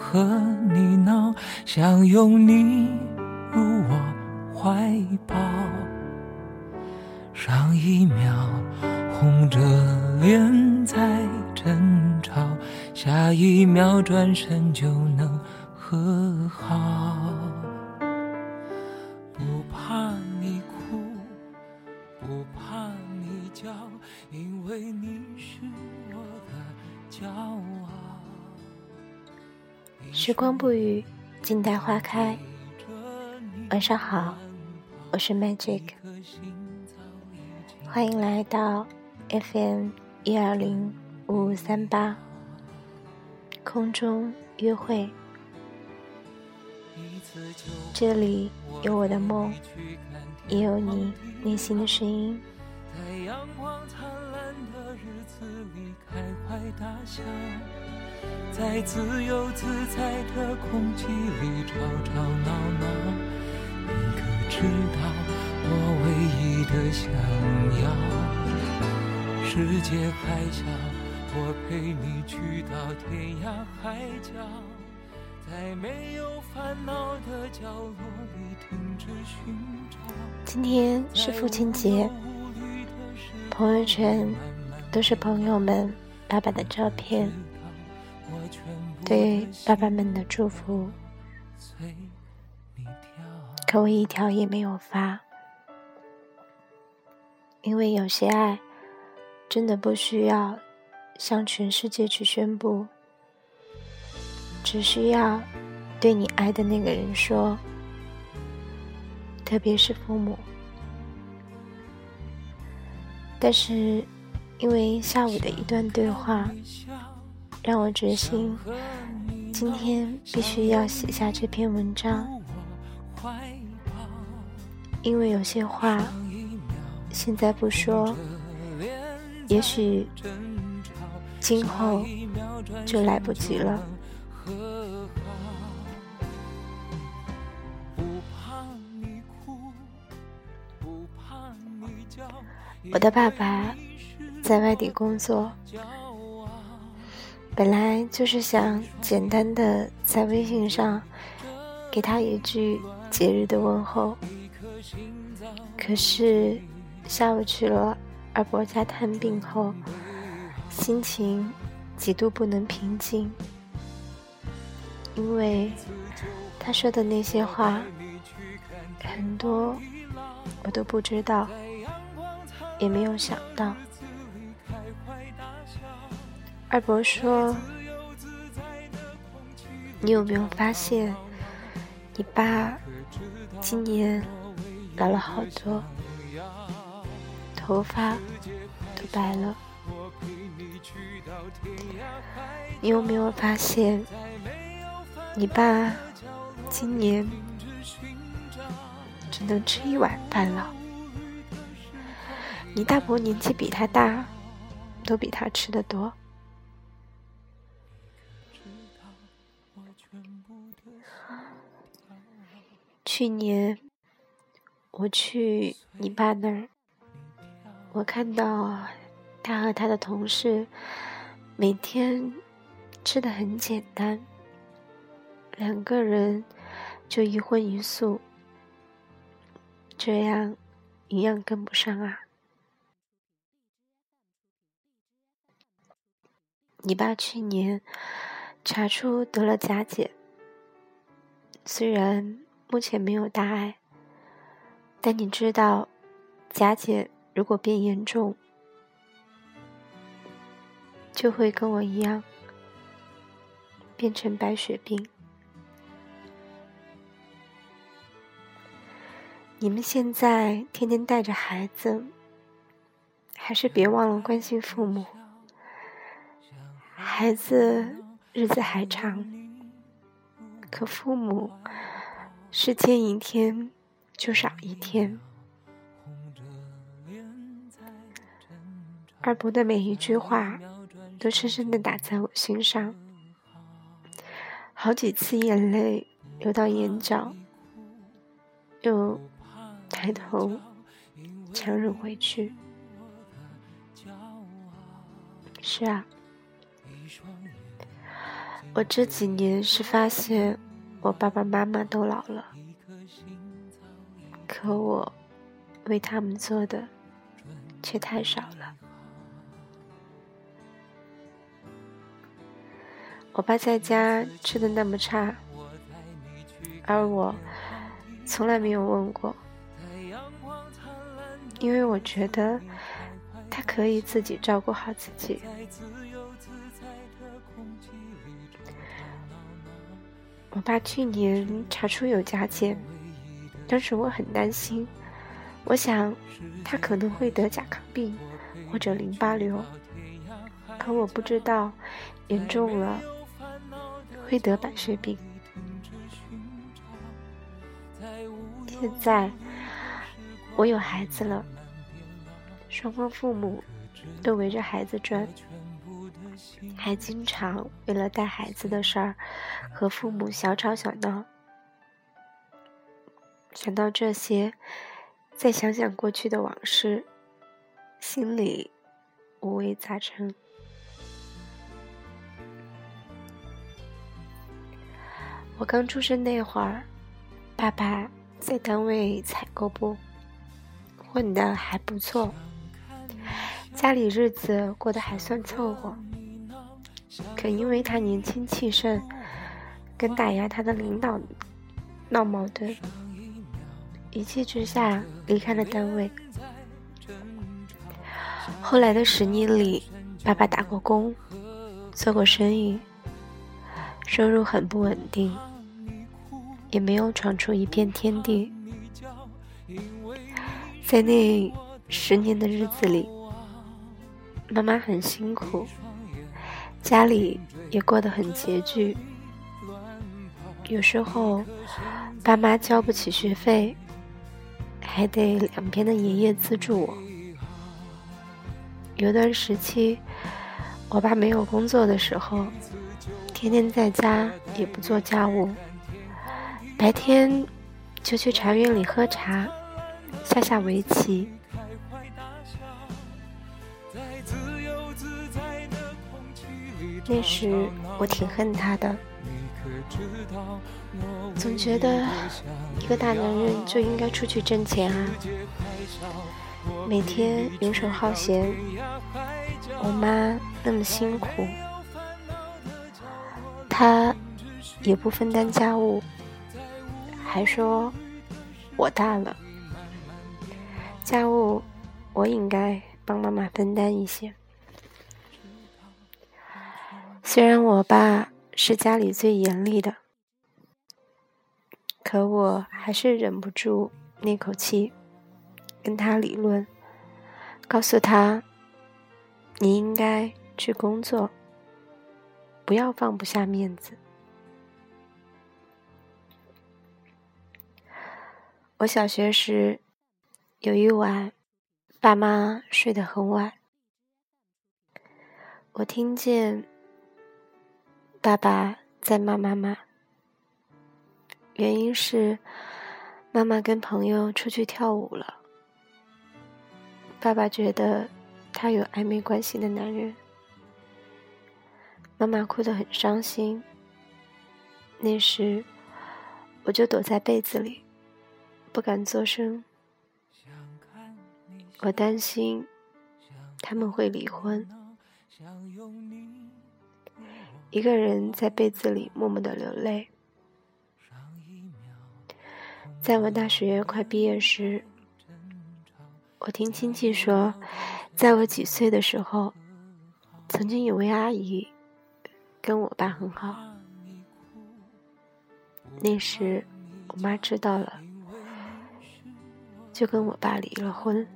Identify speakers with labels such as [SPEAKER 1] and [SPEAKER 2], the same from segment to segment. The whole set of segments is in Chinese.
[SPEAKER 1] 和你闹，想拥你入我怀抱。上一秒红着脸在争吵，下一秒转身就能和好。不怕你哭，不怕你叫，因为你是我的骄傲。
[SPEAKER 2] 时光不语，静待花开。晚上好，我是 Magic， 欢迎来到 FM1205538 空中约会。这里有我的梦，也有你内心的声音。
[SPEAKER 1] 在阳光灿烂的日子里开怀大笑，在自由自在的空气里吵吵闹闹。你可知道我唯一的想要，世界还小，我陪你去到天涯海角，在没有烦恼的角落里停止寻找。
[SPEAKER 2] 今天是父亲节，朋友圈都是朋友们爸爸的照片，对爸爸们的祝福，可我一条也没有发，因为有些爱真的不需要向全世界去宣布，只需要对你爱的那个人说，特别是父母。但是因为下午的一段对话，让我决心今天必须要写下这篇文章，因为有些话现在不说，也许今后就来不及了。我的爸爸在外地工作，本来就是想简单的在微信上给他一句节日的问候，可是下午去了二伯家探病后，心情极度不能平静，因为他说的那些话很多我都不知道，也没有想到。二伯说，你有没有发现你爸今年老了好多，头发都白了。你有没有发现你爸今年只能吃一碗饭了？你大伯年纪比他大，都比他吃得多。去年我去你爸那儿，我看到他和他的同事每天吃得很简单，两个人就一荤一素，这样营养跟不上啊。你爸去年查出得了甲减，虽然目前没有大碍，但你知道甲减如果变严重，就会跟我一样变成白血病。你们现在天天带着孩子，还是别忘了关心父母。孩子日子还长，可父母是见一天就少一天。二伯的每一句话都深深地打在我心上，好几次眼泪流到眼角，又抬头强忍回去。是啊， 我这几年是发现我爸爸妈妈都老了，可我为他们做的却太少了。我爸在家吃的那么差，而我从来没有问过，因为我觉得他可以自己照顾好自己。我爸去年查出有甲减，当时我很担心，我想他可能会得甲亢病或者淋巴瘤，可我不知道严重了会得白血病。现在我有孩子了，双方父母都围着孩子转，还经常为了带孩子的事儿和父母小吵小闹。想到这些，再想想过去的往事，心里五味杂陈。我刚出生那会儿，爸爸在单位采购部混得还不错，家里日子过得还算凑合。可因为他年轻气盛，跟打压他的领导闹矛盾，一气之下离开了单位。后来的10年里，爸爸打过工，做过生意，收入很不稳定，也没有闯出一片天地。在那10年的日子里，妈妈很辛苦，家里也过得很拮据。有时候爸妈交不起学费，还得两边的爷爷资助我。有段时期，我爸没有工作的时候，天天在家也不做家务，白天就去茶园里喝茶，下下围棋。那时我挺恨他的，总觉得一个大男人就应该出去挣钱啊，每天游手好闲，我妈那么辛苦，他也不分担家务，还说我大了，家务我应该帮妈妈分担一些。虽然我爸是家里最严厉的，可我还是忍不住那口气，跟他理论，告诉他，你应该去工作，不要放不下面子。我小学时有一晚，爸妈睡得很晚，我听见爸爸在骂妈妈，原因是妈妈跟朋友出去跳舞了，爸爸觉得他有暧昧关系的男人，妈妈哭得很伤心。那时我就躲在被子里，不敢作声，我担心他们会离婚。一个人在被子里默默地流泪。在我大学快毕业时，我听亲戚说，在我几岁的时候，曾经有位阿姨跟我爸很好。那时我妈知道了，就跟我爸离了婚。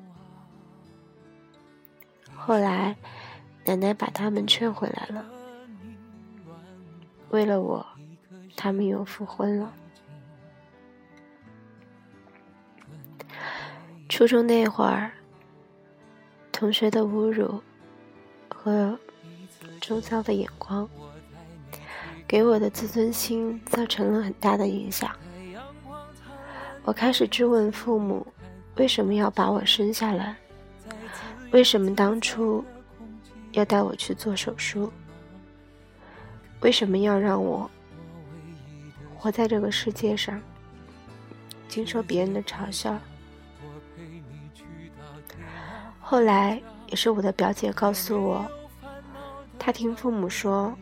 [SPEAKER 2] 后来奶奶把他们劝回来了，为了我，他们又复婚了。初中那会儿，同学的侮辱和周遭的眼光，给我的自尊心造成了很大的影响。我开始质问父母，为什么要把我生下来？为什么当初要带我去做手术？ 为什么要让我活在这个世界上，经受别人的嘲笑？后来也是我的表姐告诉我，她听父母说，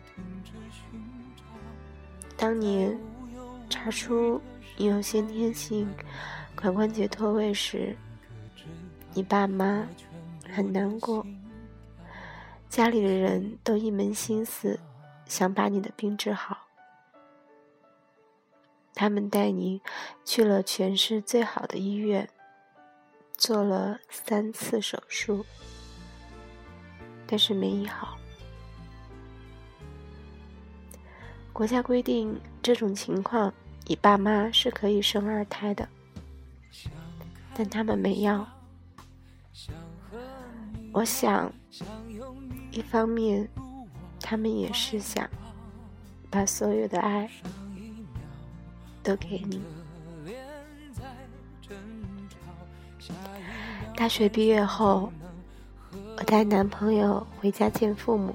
[SPEAKER 2] 当年查出你有先天性髋关节脱位时，你爸妈很难过，家里的人都一门心思想把你的病治好，他们带你去了全市最好的医院，做了3次手术，但是没医好。国家规定这种情况你爸妈是可以生2胎的，但他们没要。我想一方面他们也是想把所有的爱都给你。大学毕业后，我带男朋友回家见父母，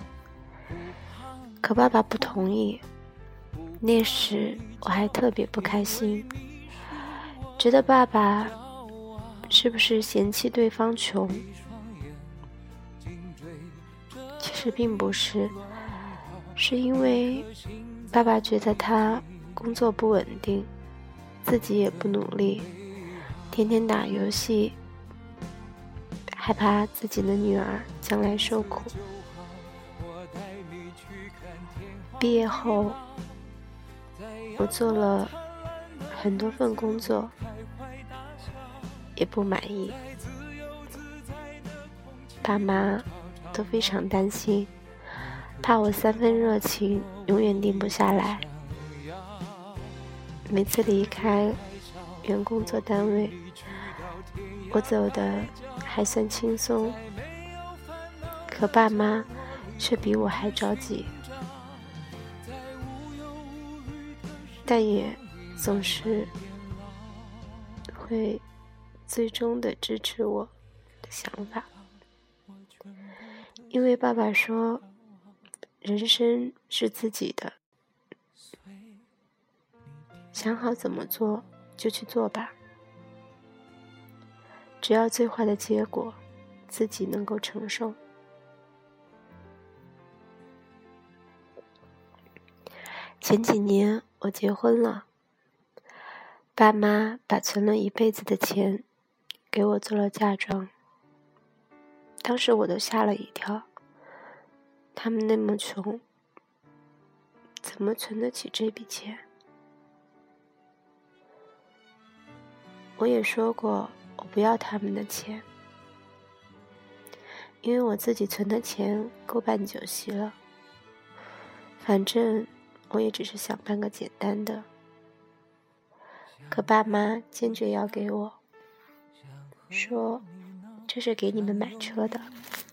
[SPEAKER 2] 可爸爸不同意。那时我还特别不开心，觉得爸爸是不是嫌弃对方穷？其实并不是，是因为爸爸觉得他工作不稳定，自己也不努力，天天打游戏，害怕自己的女儿将来受苦。毕业后，我做了很多份工作，也不满意，爸妈都非常担心，怕我3分热情永远定不下来。每次离开原工作单位，我走的还算轻松，可爸妈却比我还着急，但也总是会最终的支持我的想法。因为爸爸说，人生是自己的，想好怎么做就去做吧，只要最坏的结果自己能够承受。前几年我结婚了，爸妈把存了一辈子的钱给我做了嫁妆，当时我都吓了一跳，他们那么穷，怎么存得起这笔钱？我也说过我不要他们的钱，因为我自己存的钱够办酒席了，反正我也只是想办个简单的。可爸妈坚决要给我，说这是给你们买车的。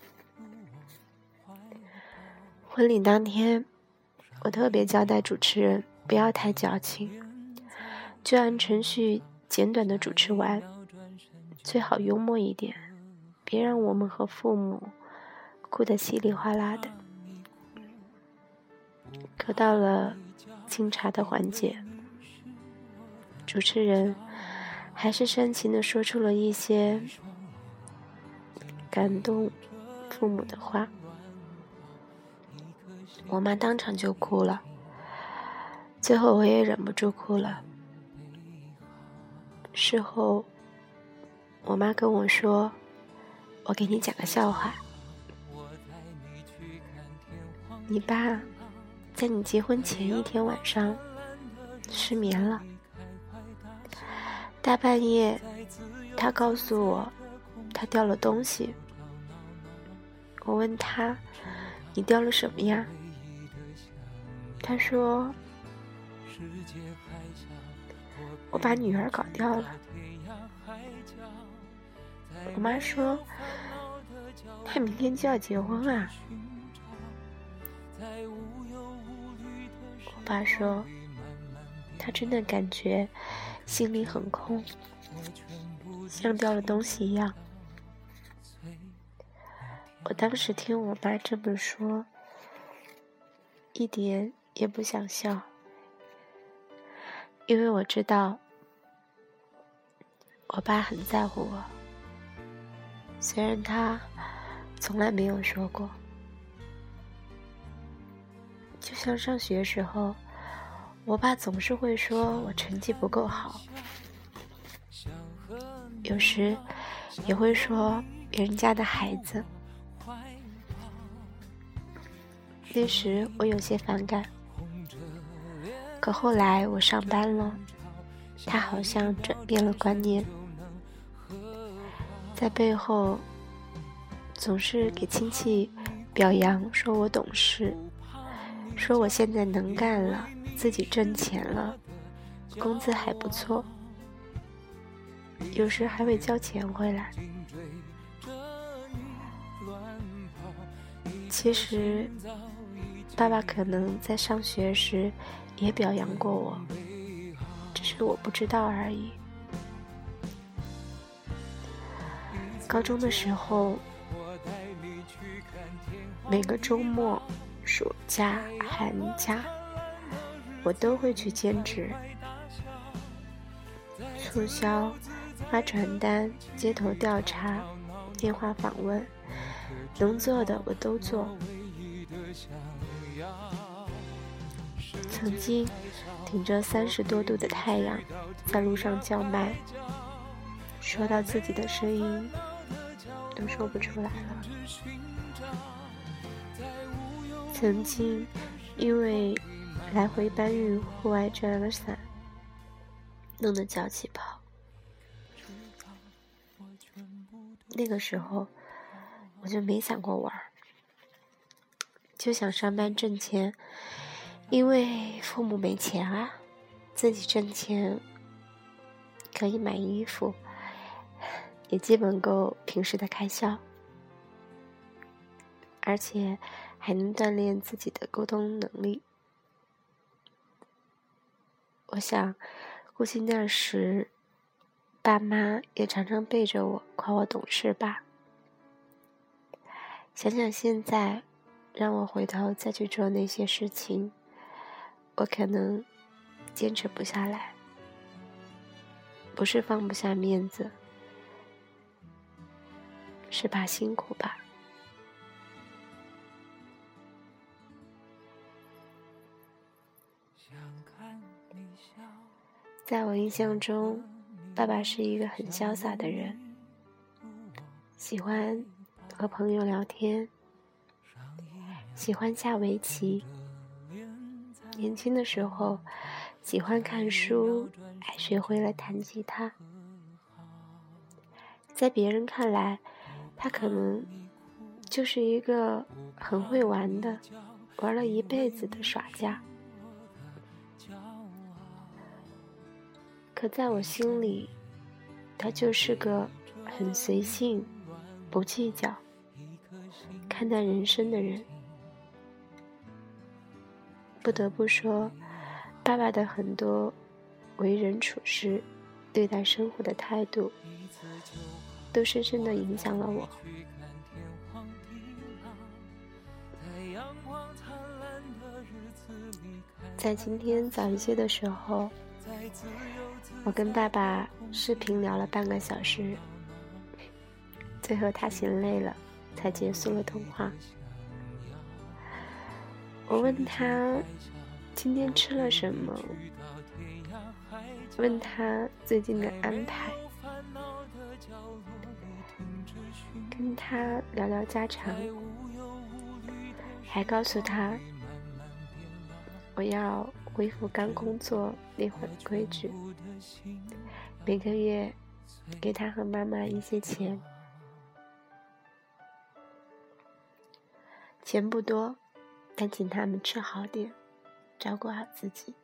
[SPEAKER 2] 婚礼当天，我特别交代主持人不要太矫情，就按程序简短的主持完，最好幽默一点，别让我们和父母哭得稀里哗啦的。可到了敬茶的环节，主持人还是煽情地说出了一些感动父母的话，我妈当场就哭了，最后我也忍不住哭了。事后我妈跟我说，我给你讲个笑话，你爸在你结婚前一天晚上失眠了，大半夜他告诉我他掉了东西。我问他，你掉了什么呀？他说，我把女儿搞掉了。我妈说，他明天就要结婚啊。我爸说，他真的感觉心里很空，像掉了东西一样。我当时听我妈这么说， 一点也不想笑，因为我知道我爸很在乎我，虽然他从来没有说过。就像上学时候，我爸总是会说我成绩不够好，有时也会说别人家的孩子。那时我有些反感，可后来我上班了，他好像转变了观念，在背后总是给亲戚表扬，说我懂事，说我现在能干了，自己挣钱了，工资还不错，有时还会交钱回来。其实爸爸可能在上学时也表扬过我，只是我不知道而已。高中的时候，每个周末、暑假、寒假，我都会去兼职，促销、发传单、街头调查、电话访问，能做的我都做。曾经顶着30多度的太阳在路上叫卖，说到自己的声音都说不出来了。曾经因为来回搬运户外遮阳伞，弄得脚起泡。那个时候我就没想过玩，就想上班挣钱，因为父母没钱啊，自己挣钱可以买衣服，也基本够平时的开销，而且还能锻炼自己的沟通能力。我想估计那时爸妈也常常背着我夸我懂事吧。想想现在让我回头再去做那些事情，我可能坚持不下来，不是放不下面子，是怕辛苦吧。在我印象中，爸爸是一个很潇洒的人，喜欢和朋友聊天，喜欢下围棋，年轻的时候喜欢看书，还学会了弹吉他。在别人看来，他可能就是一个很会玩的，玩了一辈子的耍家。可在我心里，他就是个很随性、不计较、看待人生的人。不得不说，爸爸的很多为人处事、对待生活的态度，都深深地影响了我。在今天早一些的时候，我跟爸爸视频聊了半个小时，最后他嫌累了，才结束了通话。我问他今天吃了什么，问他最近的安排，跟他聊聊家常，还告诉他我要恢复刚工作那会儿的规矩，每个月给他和妈妈一些钱，钱不多，但请他们吃好点，照顾好自己。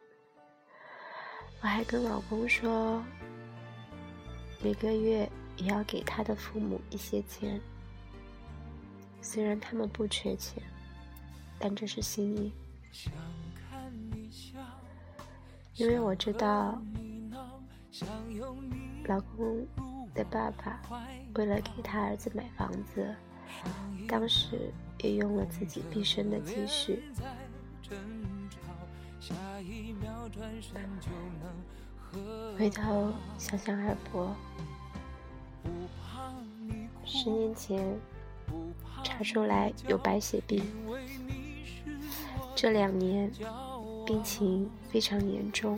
[SPEAKER 2] 我还跟老公说，每个月也要给他的父母一些钱，虽然他们不缺钱，但这是心意。因为我知道老公的爸爸为了给他儿子买房子，当时也用了自己毕生的积蓄， 回头想想二伯，10年前查出来有白血病，这2年病情非常严重，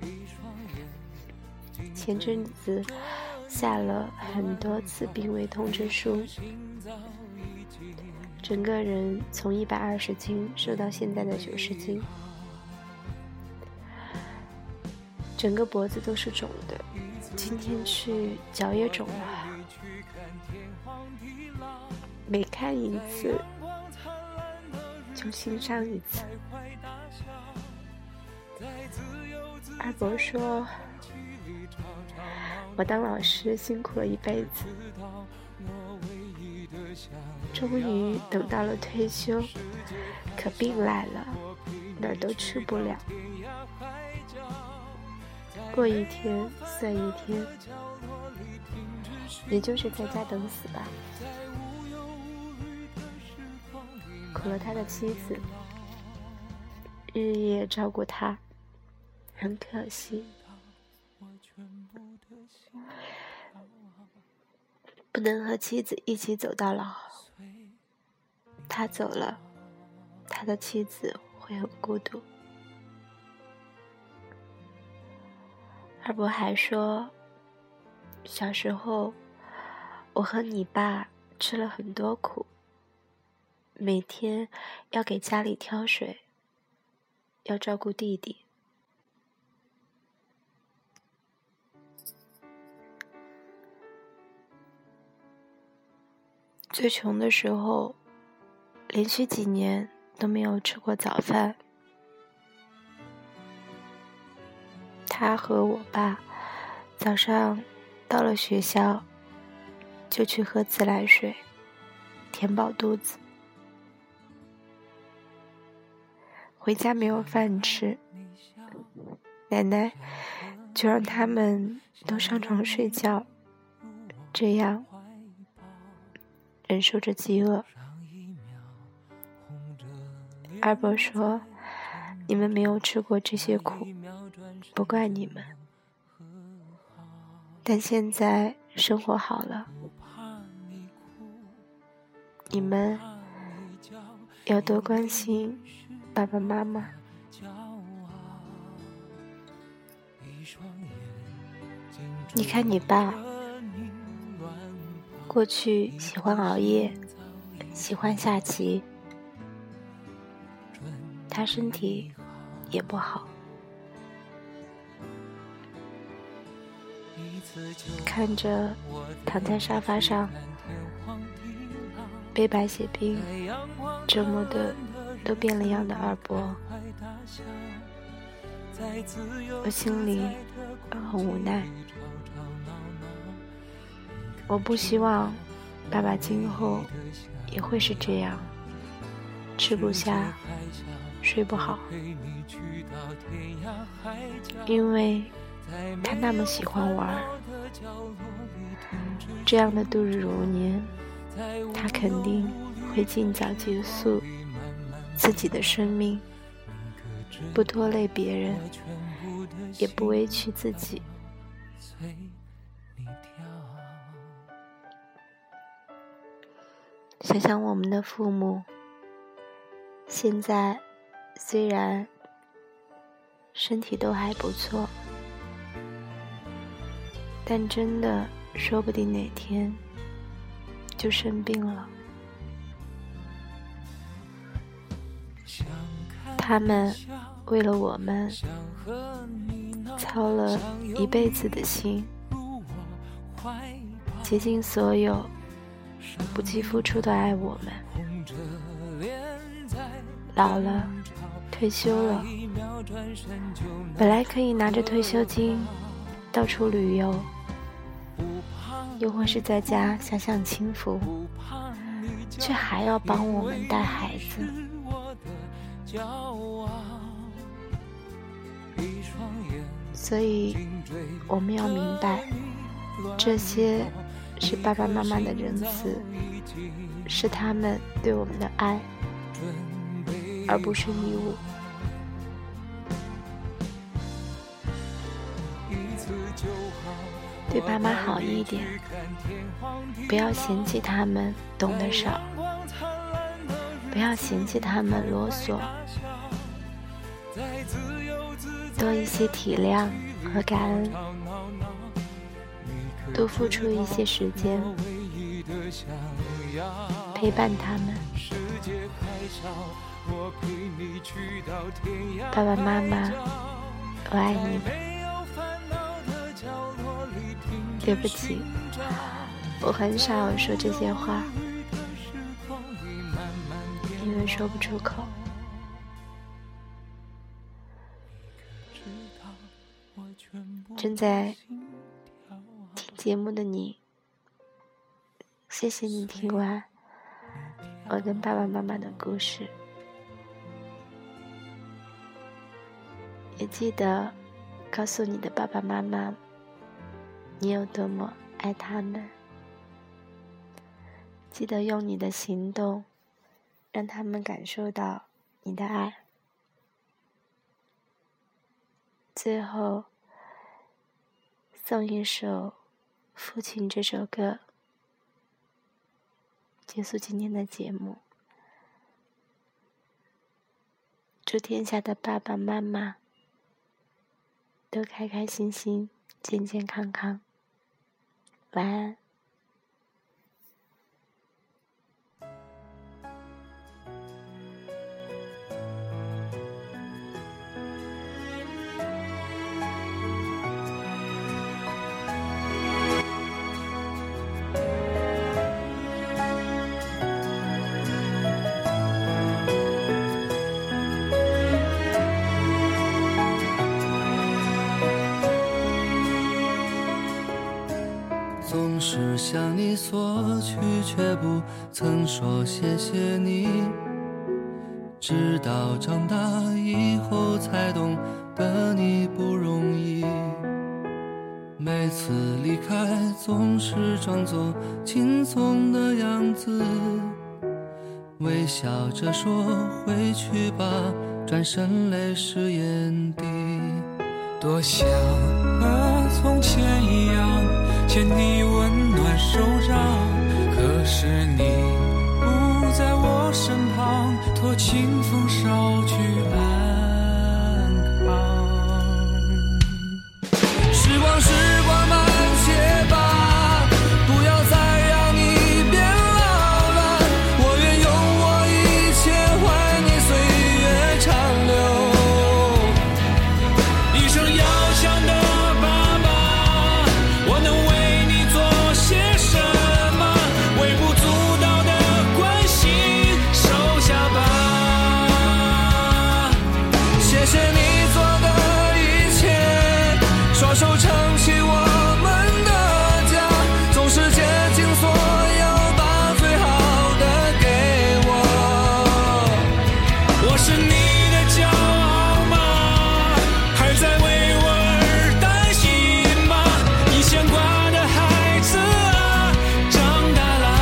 [SPEAKER 2] 前阵子下了很多次病危通知书，整个人从120斤瘦到现在的90斤，整个脖子都是肿的，今天去脚也肿了，每看一次就心伤一次。二伯说，我当老师辛苦了一辈子，终于等到了退休，可病来了，哪儿都去不了，过一天算一天，也就是在家等死吧。苦了他的妻子，日夜照顾他，很可惜，不能和妻子一起走到老。他走了，他的妻子会很孤独。二伯还说，小时候我和你爸吃了很多苦，每天要给家里挑水，要照顾弟弟。最穷的时候，连续几年都没有吃过早饭。他和我爸早上到了学校就去喝自来水，填饱肚子。回家没有饭吃，奶奶就让他们都上床睡觉，这样忍受着饥饿。二伯说，你们没有吃过这些苦，不怪你们，但现在生活好了，你们要多关心爸爸妈妈。你看你爸，过去喜欢熬夜，喜欢下棋，他身体也不好，看着躺在沙发上被白血病折磨的都变了样的二伯，我心里很无奈。我不希望爸爸今后也会是这样，吃不下睡不好，因为他那么喜欢玩，这样的度日如年，他肯定会尽早结束自己的生命，不拖累别人，也不委屈自己。想想我们的父母，现在虽然身体都还不错，但真的说不定哪天就生病了。他们为了我们操了一辈子的心，竭尽所有不计付出的爱我们。老了，退休了，本来可以拿着退休金到处旅游，又或是在家享享清福，却还要帮我们带孩子。所以我们要明白，这些是爸爸妈妈的仁慈，是他们对我们的爱，而不是义务。 对爸妈好一点，不要嫌弃他们懂得少，不要嫌弃他们啰嗦，多一些体谅和感恩，多付出一些时间陪伴他们。爸爸妈妈，我爱你们。对不起，我很少说这些话，因为说不出口。正在听节目的你，谢谢你听完我跟爸爸妈妈的故事，也记得告诉你的爸爸妈妈你有多么爱他们，记得用你的行动让他们感受到你的爱。最后送一首《父亲》这首歌，结束今天的节目。祝天下的爸爸妈妈都开开心心，健健康康。晚安。
[SPEAKER 1] 总是向你索取，却不曾说谢谢你，直到长大以后才懂得你不容易。每次离开总是装作轻松的样子，微笑着说回去吧，转身泪湿眼底。多想和从前一样牵你温暖手掌，可是你不在我身旁，托清风捎去安康。时光慢些吧，不要再让你变老了，我愿用我一切换你岁月长留。一生要强的爸爸，我能为你做些什么？微不足道的关心收下吧，谢谢你做的一切，双手撑起我们的家，总是竭尽所有把最好的给我。我是你的骄傲吗？还在为我而担心吗？已牵挂的孩子啊，长大啦。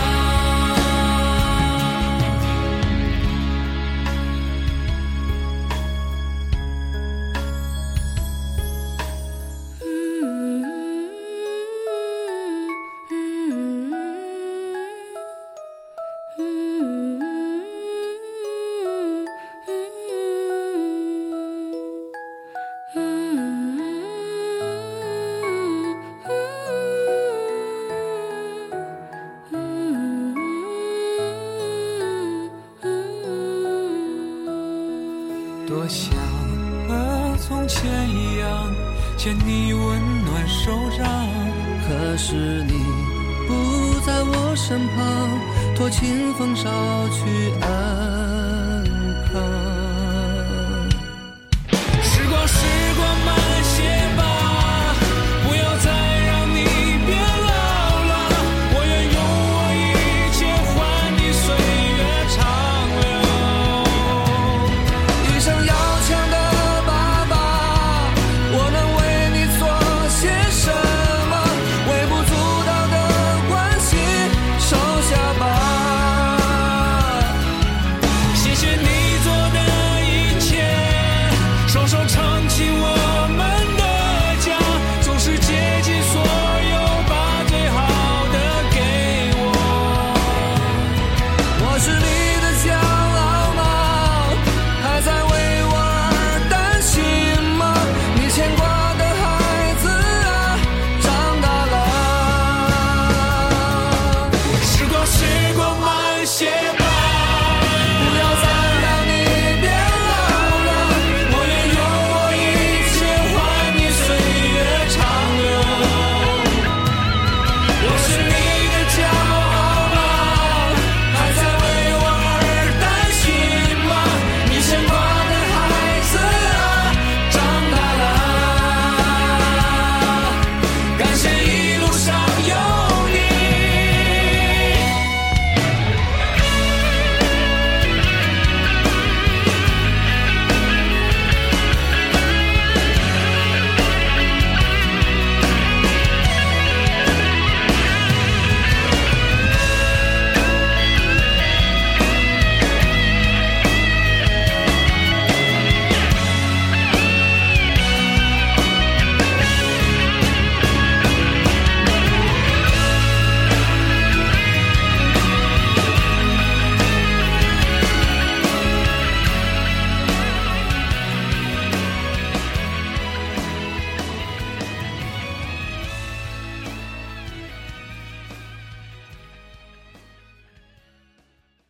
[SPEAKER 1] 多想和从前一样牵你温暖手掌，可是你不在我身旁，托清风捎去安